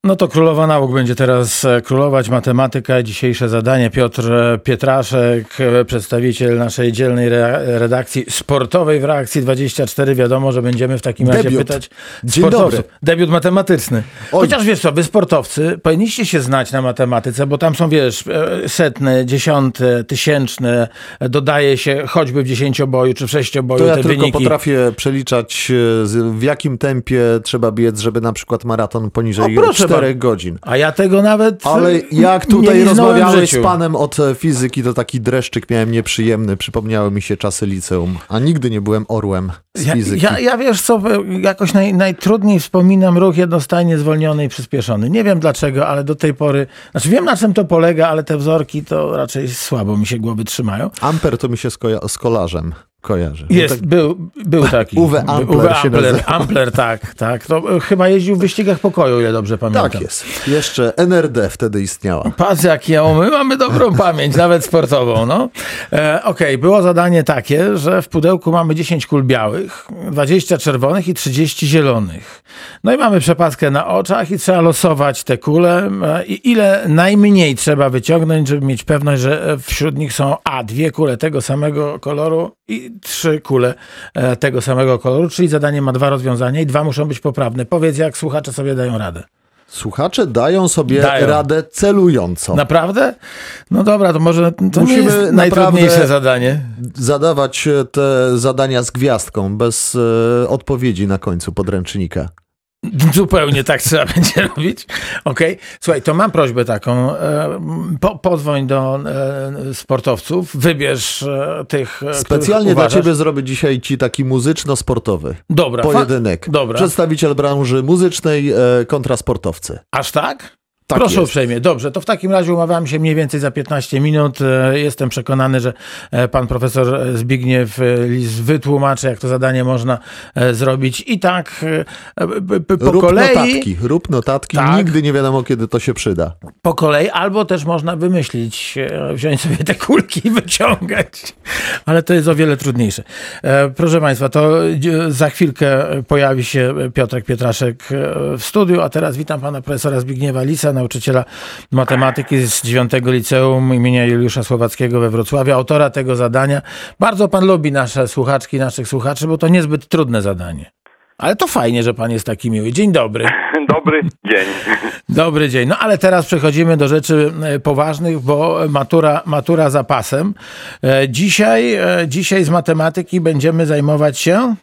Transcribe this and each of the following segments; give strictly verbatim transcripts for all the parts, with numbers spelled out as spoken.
No to królowa nauk będzie teraz królować, matematyka. Dzisiejsze zadanie Piotr Pietraszek, przedstawiciel naszej dzielnej re- redakcji sportowej w Reakcji dwadzieścia cztery. Wiadomo, że będziemy w takim razie Debiut. pytać Dzień sportowców. dobry. Debiut matematyczny. Oj. Chociaż wiesz co, wy sportowcy powinniście się znać na matematyce, bo tam są, wiesz, setne, dziesiąte, tysięczne, dodaje się choćby w dziesięcioboju czy w sześcioboju To ja te tylko wyniki. potrafię przeliczać, w jakim tempie trzeba biec, żeby na przykład maraton poniżej O, proszę czterech godzin. A ja tego nawet Ale jak nie tutaj liznąłem w rozmawiałeś życiu. z panem od fizyki, to taki dreszczyk miałem nieprzyjemny. Przypomniały mi się czasy liceum, a nigdy nie byłem orłem z Ja, fizyki. ja, ja wiesz co, jakoś naj, najtrudniej wspominam ruch jednostajnie zwolniony i przyspieszony. Nie wiem dlaczego, ale do tej pory, znaczy wiem na czym to polega, ale te wzorki to raczej słabo mi się głowy trzymają. Amper to mi się z, koja- z kolarzem kojarzy. Jest, No tak, był, był taki. Uwe Ampler Uwe się Ampler, nazywa. Ampler, tak, tak. To chyba jeździł w wyścigach pokoju, ile dobrze pamiętam. tak jest. Jeszcze N R D wtedy istniała. Patrz jak ją, my mamy dobrą pamięć, nawet sportową, no. E, Okej, okay, było zadanie takie, że w pudełku mamy dziesięć kul białych, dwadzieścia czerwonych i trzydzieści zielonych. No i mamy przepaskę na oczach i trzeba losować te kule e, i ile najmniej trzeba wyciągnąć, żeby mieć pewność, że wśród nich są a, dwie kule tego samego koloru i trzy kule e, tego samego koloru, czyli zadanie ma dwa rozwiązania i dwa muszą być poprawne. Powiedz, jak słuchacze sobie dają radę. Słuchacze dają sobie Dają. radę celująco. Naprawdę? No dobra, to może to Musimy nie jest najtrudniejsze naprawdę zadanie. Zadawać te zadania z gwiazdką, bez e, odpowiedzi na końcu podręcznika. Zupełnie tak trzeba będzie robić. Okej. Okay. Słuchaj, to mam prośbę taką. E, po, pozwoń do e, sportowców, wybierz e, tych, e, Specjalnie których dla uważasz. ciebie zrobię dzisiaj ci taki muzyczno-sportowy Dobra. pojedynek. Fa- Dobra. Przedstawiciel branży muzycznej e, kontra sportowcy. Aż tak? Tak Proszę jest. uprzejmie. Dobrze, to w takim razie umawiamy się mniej więcej za piętnaście minut. E, Jestem przekonany, że e, pan profesor Zbigniew Lis wytłumaczy, jak to zadanie można e, zrobić. I tak e, p- p- po rób kolei... notatki, rób notatki. Tak. Nigdy nie wiadomo, kiedy to się przyda. Po kolei, albo też można wymyślić, e, wziąć sobie te kulki i wyciągać. Ale to jest o wiele trudniejsze. E, Proszę państwa, to e, za chwilkę pojawi się Piotrek Pietraszek e, w studiu, a teraz witam pana profesora Zbigniewa Lisa, nauczyciela matematyki z dziewiątego Liceum imienia Juliusza Słowackiego we Wrocławiu, autora tego zadania. Bardzo pan lubi nasze słuchaczki, naszych słuchaczy, bo to niezbyt trudne zadanie. Ale to fajnie, że pan jest taki miły. Dzień dobry. Dobry dzień. Dobry dzień. No ale teraz przechodzimy do rzeczy e, poważnych, bo matura, matura za pasem. E, Dzisiaj, e, dzisiaj z matematyki będziemy zajmować się...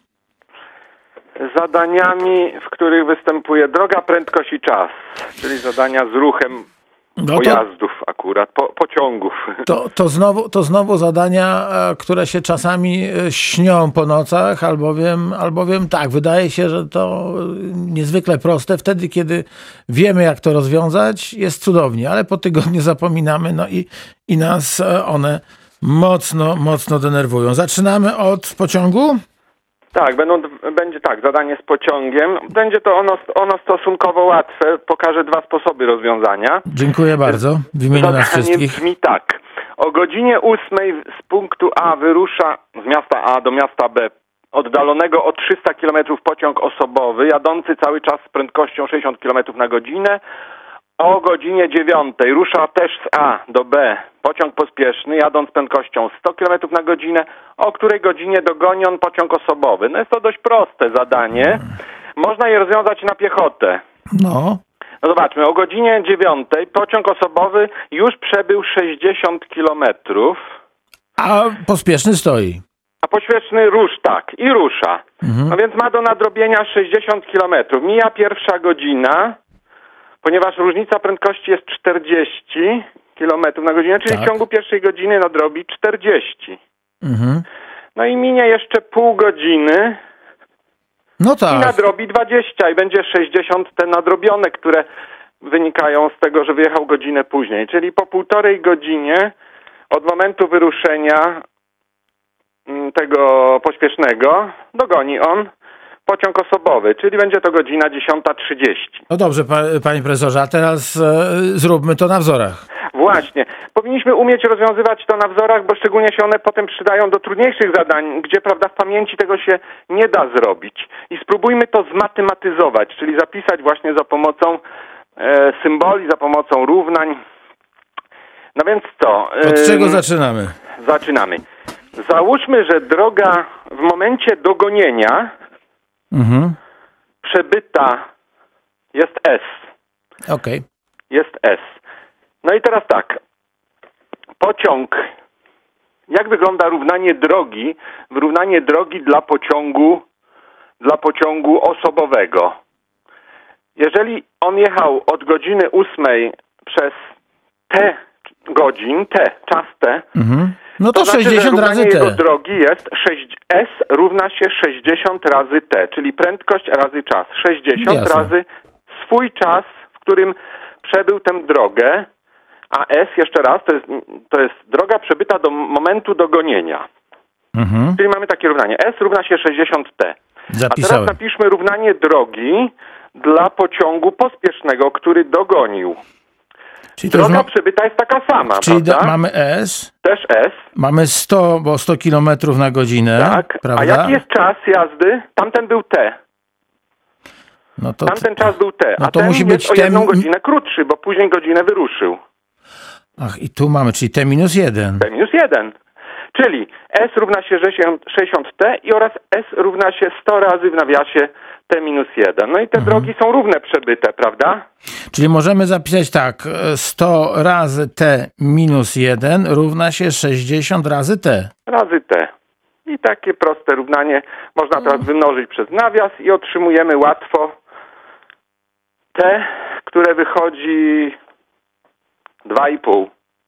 Zadaniami, w których występuje droga, prędkość i czas, czyli zadania z ruchem No to, pojazdów akurat, po, pociągów. to, to, znowu, to znowu zadania, e, które się czasami e, śnią po nocach, albowiem, albowiem tak, wydaje się, że to e, niezwykle proste. Wtedy, kiedy wiemy, jak to rozwiązać, jest cudownie, ale po tygodniu zapominamy, no i, i nas e, one mocno, mocno denerwują. Zaczynamy od pociągu? Tak, będą, będzie tak, zadanie z pociągiem. Będzie to ono, ono stosunkowo łatwe. Pokażę dwa sposoby rozwiązania. Dziękuję bardzo w imieniu nas Zadanie wszystkich. brzmi tak. O godzinie ósmej z punktu A wyrusza z miasta A do miasta B oddalonego o trzysta kilometrów pociąg osobowy jadący cały czas z prędkością sześćdziesiąt kilometrów na godzinę. O godzinie dziewiątej rusza też z A do B pociąg pospieszny jadąc z prędkością sto kilometrów na godzinę, o której godzinie dogoni on pociąg osobowy. No jest to dość proste zadanie. Można je rozwiązać na piechotę. No. No zobaczmy, o godzinie dziewiątej pociąg osobowy już przebył sześćdziesiąt kilometrów, A pospieszny stoi. a pośpieszny rusz tak i rusza. Mhm. No więc ma do nadrobienia sześćdziesiąt kilometrów. Mija pierwsza godzina, ponieważ różnica prędkości jest czterdzieści kilometrów na godzinę, czyli Tak. w ciągu pierwszej godziny nadrobi czterdzieści. Mhm. No i minie jeszcze pół godziny No i tak. nadrobi dwadzieścia i będzie sześćdziesiąt te nadrobione, które wynikają z tego, że wyjechał godzinę później. Czyli po półtorej godzinie od momentu wyruszenia mm, tego pośpiesznego dogoni on pociąg osobowy, czyli będzie to godzina dziesiąta trzydzieści. No dobrze, pa, panie profesorze, a teraz e, zróbmy to na wzorach. Właśnie. Powinniśmy umieć rozwiązywać to na wzorach, bo szczególnie się one potem przydają do trudniejszych zadań, gdzie, prawda, w pamięci tego się nie da zrobić. I spróbujmy to zmatematyzować, czyli zapisać właśnie za pomocą e, symboli, za pomocą równań. No więc co? Od E, czego zaczynamy? Zaczynamy. Załóżmy, że droga w momencie dogonienia Mhm. przebyta jest S. Okej. Okay. Jest S. No i teraz tak. Pociąg. Jak wygląda równanie drogi? Wyrównanie drogi dla pociągu, dla pociągu osobowego. Jeżeli on jechał od godziny ósmej przez T godzin, T, czas T, Mhm. No to, to znaczy, sześćdziesiąt że razy jego T. drogi jest sześć, S równa się sześćdziesiąt razy T, czyli prędkość razy czas. sześćdziesiąt Jasne. razy swój czas, w którym przebył tę drogę, a S, jeszcze raz, to jest, to jest droga przebyta do momentu dogonienia. Mhm. Czyli mamy takie równanie. S równa się sześćdziesiąt T. Zapisałem. A teraz napiszmy równanie drogi dla pociągu pospiesznego, który dogonił. Czyli to już Droga ma... przebyta jest taka sama, Czyli prawda? da, mamy S, Też S. mamy sto, bo sto kilometrów na godzinę, Tak. prawda? A jaki jest czas jazdy? Tamten był T. No to, Tamten czas był T, no a to ten musi jest być o jedną tem- godzinę krótszy, bo później godzinę wyruszył. Ach, i tu mamy, czyli T minus jeden. T minus jeden. Czyli S równa się sześćdziesiąt T i oraz S równa się sto razy w nawiasie T minus jeden. No i te Mhm. drogi są równe przebyte, prawda? Czyli możemy zapisać tak, sto razy T minus jeden równa się sześćdziesiąt razy T. Razy T. I takie proste równanie można teraz wymnożyć przez nawias i otrzymujemy łatwo T, które wychodzi dwa i pół.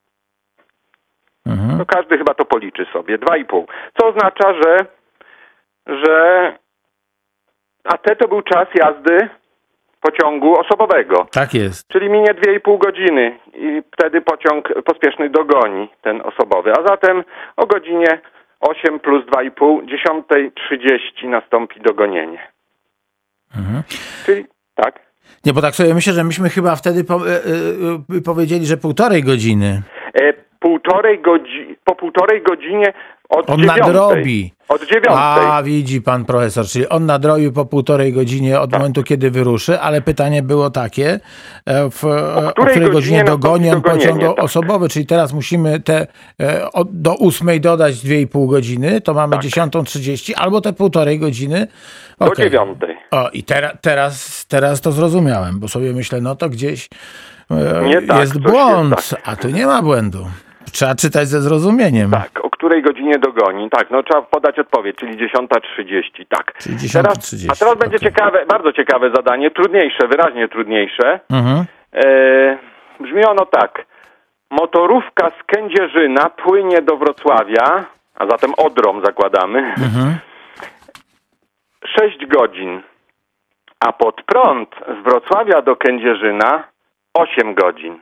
Mhm. No każdy chyba to policzy sobie. dwa i pół. Co oznacza, że, że a T to był czas jazdy pociągu osobowego. Tak jest. Czyli minie dwie i pół godziny i wtedy pociąg pospieszny dogoni ten osobowy. A zatem o godzinie osiem plus dwa i pół, dziesiąta trzydzieści nastąpi dogonienie. Mhm. Czyli tak. Nie, bo tak sobie myślę, że myśmy chyba wtedy po, e, e, powiedzieli, że półtorej godziny. E, półtorej godzi- po półtorej godzinie od On dziewiątej. nadrobi. Od dziewiątej. A, widzi pan profesor, czyli on nadrobił po półtorej godzinie od Tak. momentu, kiedy wyruszy, ale pytanie było takie, e, w, o, o której której godzinie godzinie dogoni on nastąpi pociąg dogonienie, tak. osobowy, czyli teraz musimy te e, od, do ósmej dodać dwie i pół godziny, to mamy Tak. dziesiątą trzydzieści, albo te półtorej godziny. Do Okej. dziewiątej. O, i tera, teraz, teraz to zrozumiałem, bo sobie myślę, no to gdzieś e, Nie tak, jest coś błąd, jest a tu nie ma błędu. Trzeba czytać ze zrozumieniem. Tak, o której godzinie dogoni. Tak, no trzeba podać odpowiedź, czyli dziesiąta trzydzieści. Tak. Czyli dziesiąta Teraz, trzydzieści. a teraz będzie okej. ciekawe, bardzo ciekawe zadanie, trudniejsze, wyraźnie trudniejsze. Mhm. E, brzmi ono tak. Motorówka z Kędzierzyna płynie do Wrocławia, a zatem Odrą zakładamy, Mhm. sześć godzin, a pod prąd z Wrocławia do Kędzierzyna osiem godzin.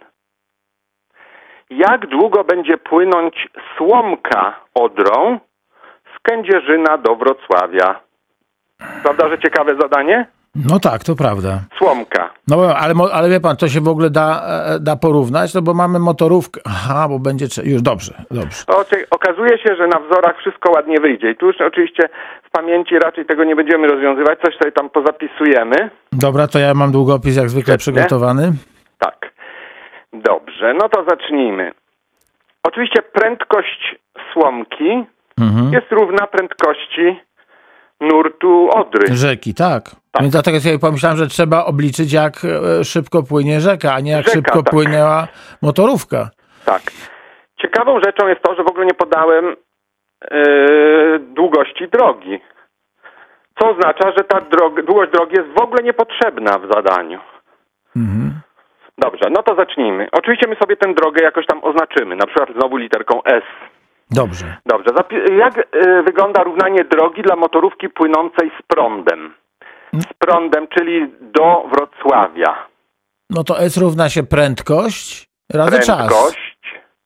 Jak długo będzie płynąć słomka Odrą z Kędzierzyna do Wrocławia? Prawda, że ciekawe zadanie? No tak, to prawda. Słomka. No ale, mo- ale wie pan, to się w ogóle da, e, da porównać, no bo mamy motorówkę. Aha, bo będzie... trze- Już dobrze, dobrze. To oczy- okazuje się, że na wzorach wszystko ładnie wyjdzie. I tu już oczywiście w pamięci raczej tego nie będziemy rozwiązywać. Coś sobie tam pozapisujemy. Dobra, to ja mam długopis jak zwykle Świetnie. przygotowany. Tak. Dobrze, no to zacznijmy. Oczywiście prędkość słomki Mhm. jest równa prędkości nurtu Odry. Rzeki, tak. Więc dlatego sobie pomyślałem, że trzeba obliczyć, jak e, szybko płynie rzeka, a nie jak Rzeka, szybko tak. płynęła motorówka. Tak. Ciekawą rzeczą jest to, że w ogóle nie podałem yy, długości drogi. Co oznacza, że ta drog- długość drogi jest w ogóle niepotrzebna w zadaniu. Mhm. Dobrze, no to zacznijmy. Oczywiście my sobie tę drogę jakoś tam oznaczymy, na przykład znowu literką S. Dobrze. Dobrze, zapi- jak y, wygląda równanie drogi dla motorówki płynącej z prądem? Z prądem, czyli do Wrocławia. No to S równa się prędkość razy czas. Prędkość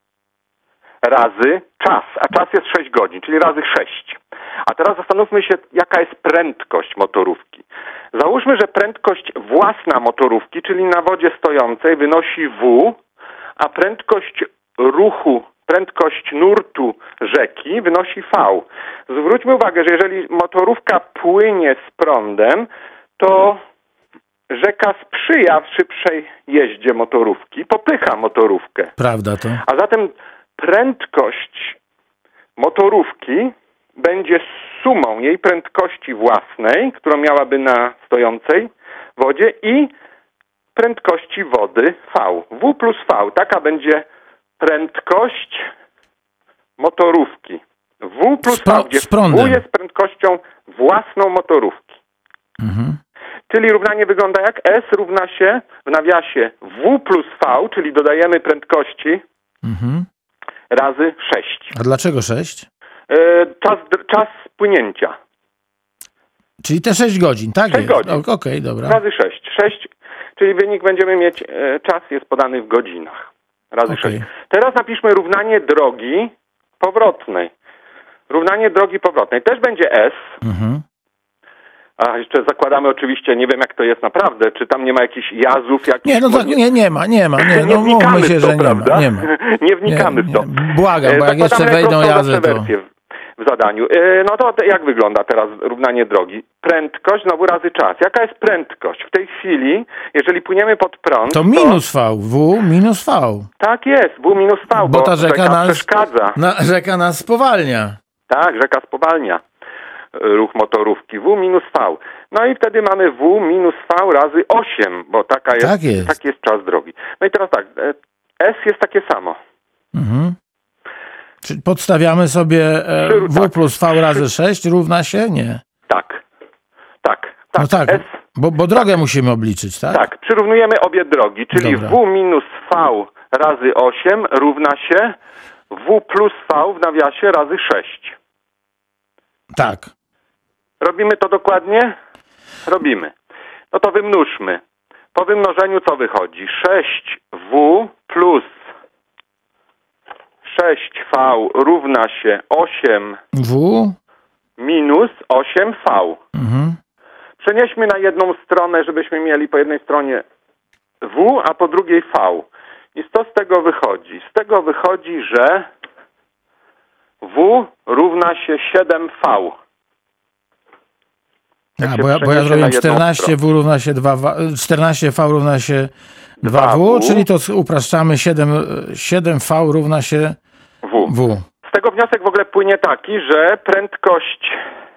razy czas, a czas jest sześć godzin, czyli razy sześć. A teraz zastanówmy się, jaka jest prędkość motorówki. Załóżmy, że prędkość własna motorówki, czyli na wodzie stojącej, wynosi W, a prędkość ruchu, prędkość nurtu rzeki wynosi V. Zwróćmy uwagę, że jeżeli motorówka płynie z prądem, to rzeka sprzyja szybszej jeździe motorówki, popycha motorówkę. Prawda to? A zatem prędkość motorówki będzie sumą jej prędkości własnej, którą miałaby na stojącej wodzie, i prędkości wody V. W plus V. Taka będzie prędkość motorówki. W plus Spro- V, gdzie z prądem. W jest prędkością własną motorówki. Mhm. Czyli równanie wygląda jak S równa się w nawiasie W plus V, czyli dodajemy prędkości Mhm. razy sześć. A dlaczego sześć? E, czas, czas płynięcia. Czyli te sześć godzin, tak? sześć jest? godzin. O- Okej, dobra. Razy sześć. sześć, czyli wynik będziemy mieć, e, czas jest podany w godzinach. Razy Okej. sześć. Teraz napiszmy równanie drogi powrotnej. Równanie drogi powrotnej. Też będzie S. Mhm. A jeszcze zakładamy oczywiście, nie wiem jak to jest naprawdę, czy tam nie ma jakichś jazów, jakichś... Nie, no tak, nie, nie ma, nie ma. Nie, nie no wnikamy mówmy się, w to, że nie prawda? ma. Nie ma. Nie wnikamy Nie, w to. nie. Błagam, bo E, jak jeszcze zakładamy wejdą prostą jazy, zawsze to... wersję w w zadaniu. E, No to jak wygląda teraz równanie drogi? Prędkość, znowu razy czas. Jaka jest prędkość? W tej chwili, jeżeli płyniemy pod prąd... To minus V. W minus V. Tak jest, W minus V, bo, Bo ta rzeka nas- przeszkadza. Na, rzeka nas spowalnia. Tak, rzeka spowalnia e, ruch motorówki. W minus V. No i wtedy mamy W minus V razy osiem, bo taka jest, Tak jest. taki jest czas drogi. No i teraz tak, e, S jest takie samo. Mhm. Czyli podstawiamy sobie e, Przy- W tak. plus V razy sześć równa się? Nie. Tak, tak, tak. No tak, S, bo, bo drogę musimy obliczyć, tak? tak, przyrównujemy obie drogi, czyli Dobra. W minus V razy osiem równa się W plus V w nawiasie razy sześć. Tak. Robimy to dokładnie? Robimy. No to wymnóżmy. Po wymnożeniu co wychodzi? sześć W plus sześć V równa się osiem W? minus osiem V. Mhm. Przenieśmy na jedną stronę, żebyśmy mieli po jednej stronie W, a po drugiej V. I co z tego wychodzi? Z tego wychodzi, że W równa się siedem V. Jak A, się bo, ja, bo ja przeniesie na zrobiłem jedną czternaście W równa się dwa V, czternaście V równa się dwa W, czyli to upraszczamy siedem, siedem V równa się W. W. Z tego wniosek w ogóle płynie taki, że prędkość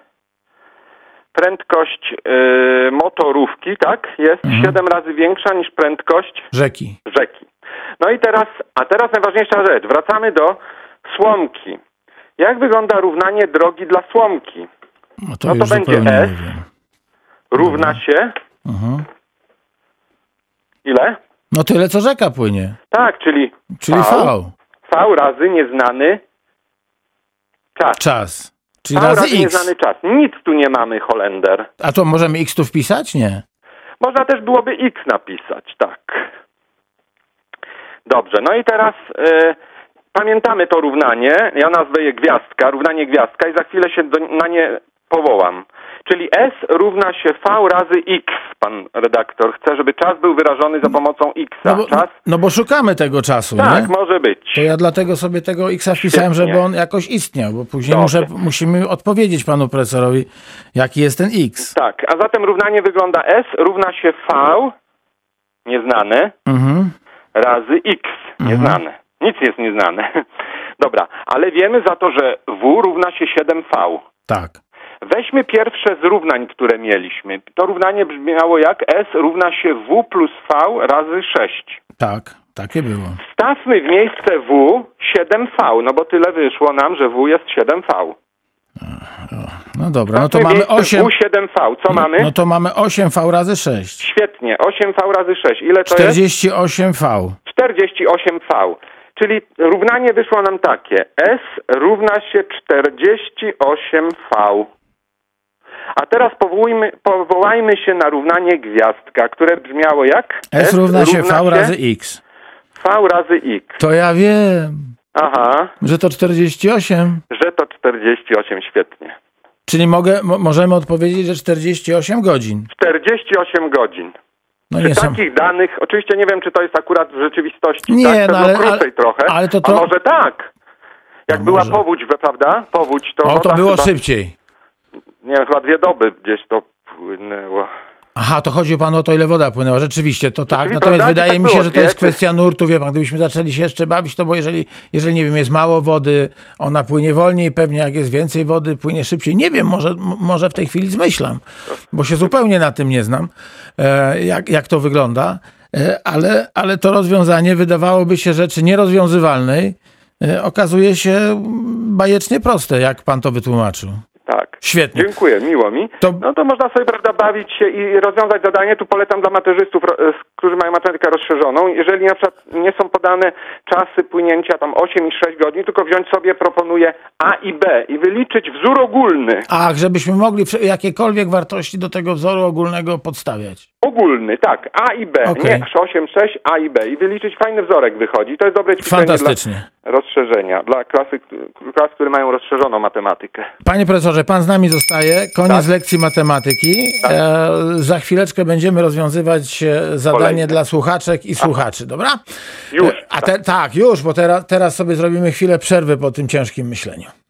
prędkość yy, motorówki, tak, jest Mhm. siedem razy większa niż prędkość Rzeki. rzeki. No i teraz, a teraz najważniejsza rzecz. Wracamy do słomki. Jak wygląda równanie drogi dla słomki? No to, No to już będzie zupełnie S. nie wiem. Równa się Mhm. ile? No tyle, co rzeka płynie. Tak, czyli Czyli V, V. V razy nieznany czas. Czas. Czyli V razy razy X. nieznany czas. Nic tu nie mamy, Holender. A to możemy X tu wpisać? Nie. Można też byłoby X napisać, tak. Dobrze, no i teraz y, pamiętamy to równanie, ja nazwę je gwiazdka, równanie gwiazdka i za chwilę się do, na nie powołam. Czyli S równa się V razy X, pan redaktor chce, żeby czas był wyrażony za pomocą X. No bo, Czas? no bo szukamy tego czasu, Tak, nie? może być. To ja dlatego sobie tego X wpisałem, Świetnie. żeby on jakoś istniał, bo później Dobrze. muszę, musimy odpowiedzieć panu profesorowi, jaki jest ten X. Tak, a zatem równanie wygląda S równa się V, nieznane, Mhm. razy X, nieznane. Nic nie jest nieznane. Dobra, ale wiemy za to, że W równa się siedem V. Tak. Weźmy pierwsze z równań, które mieliśmy. To równanie brzmiało jak S równa się W plus V razy sześć. Tak, takie było. Wstawmy w miejsce W siedem V, no bo tyle wyszło nam, że W jest siedem V. No dobra, no to Wstawmy w mamy miejsce osiem. W siedem V, co mamy? No to mamy osiem V razy sześć. Świetnie, osiem V razy sześć. Ile to jest? czterdzieści osiem V. czterdzieści osiem V. Czyli równanie wyszło nam takie. S równa się czterdzieści osiem V. A teraz powołajmy, powołajmy się na równanie gwiazdka, które brzmiało jak? S równa się V razy X. V razy X. To ja wiem, Aha, że to czterdzieści osiem. że to czterdzieści osiem, świetnie. Czyli mogę, mo, możemy odpowiedzieć, że czterdzieści osiem godzin. czterdzieści osiem godzin. No Przy nie sam. takich danych, oczywiście nie wiem, czy to jest akurat w rzeczywistości, Nie, tak? no Pewno ale- krócej ale- trochę. ale to A to- może tak? Jak No była może. powódź, prawda? Powódź to O, to woda było chyba, szybciej. nie wiem, chyba dwie doby gdzieś to płynęło. Aha, to chodzi panu o to, ile woda płynęła. Rzeczywiście, to tak. Czyli Natomiast prawda, wydaje tak mi się, było, że to jest nie? kwestia nurtu. Wie pan, gdybyśmy zaczęli się jeszcze bawić, to bo jeżeli, jeżeli, nie wiem, jest mało wody, ona płynie wolniej, pewnie jak jest więcej wody, płynie szybciej. Nie wiem, może, m- może w tej chwili zmyślam, bo się zupełnie na tym nie znam, e, jak, jak to wygląda. E, ale, ale to rozwiązanie wydawałoby się rzeczy nierozwiązywalnej. E, okazuje się bajecznie proste, jak pan to wytłumaczył. Tak. Świetnie. Dziękuję, miło mi. To- No to można sobie, prawda, bawić się i rozwiązać zadanie. Tu polecam dla maturzystów, ro- s- którzy mają matematykę rozszerzoną. Jeżeli na przykład nie są podane czasy płynięcia tam osiem i sześć godzin, tylko wziąć sobie, proponuję A i B i wyliczyć wzór ogólny. Ach, żebyśmy mogli wsze- jakiekolwiek wartości do tego wzoru ogólnego podstawiać. Ogólny, tak. A i B. Okej. Nie osiem, sześć, A i B. I wyliczyć fajny wzorek wychodzi. To jest dobre ćwiczenie Fantastycznie. dla rozszerzenia. Dla klasy, klas, które mają rozszerzoną matematykę. Panie profesorze, pan z nami zostaje. Koniec Tak. lekcji matematyki. E, za chwileczkę będziemy rozwiązywać e, zadanie Kolejne. dla słuchaczek i słuchaczy, dobra? Już, E, A te, tak, już, bo teraz, teraz sobie zrobimy chwilę przerwy po tym ciężkim myśleniu.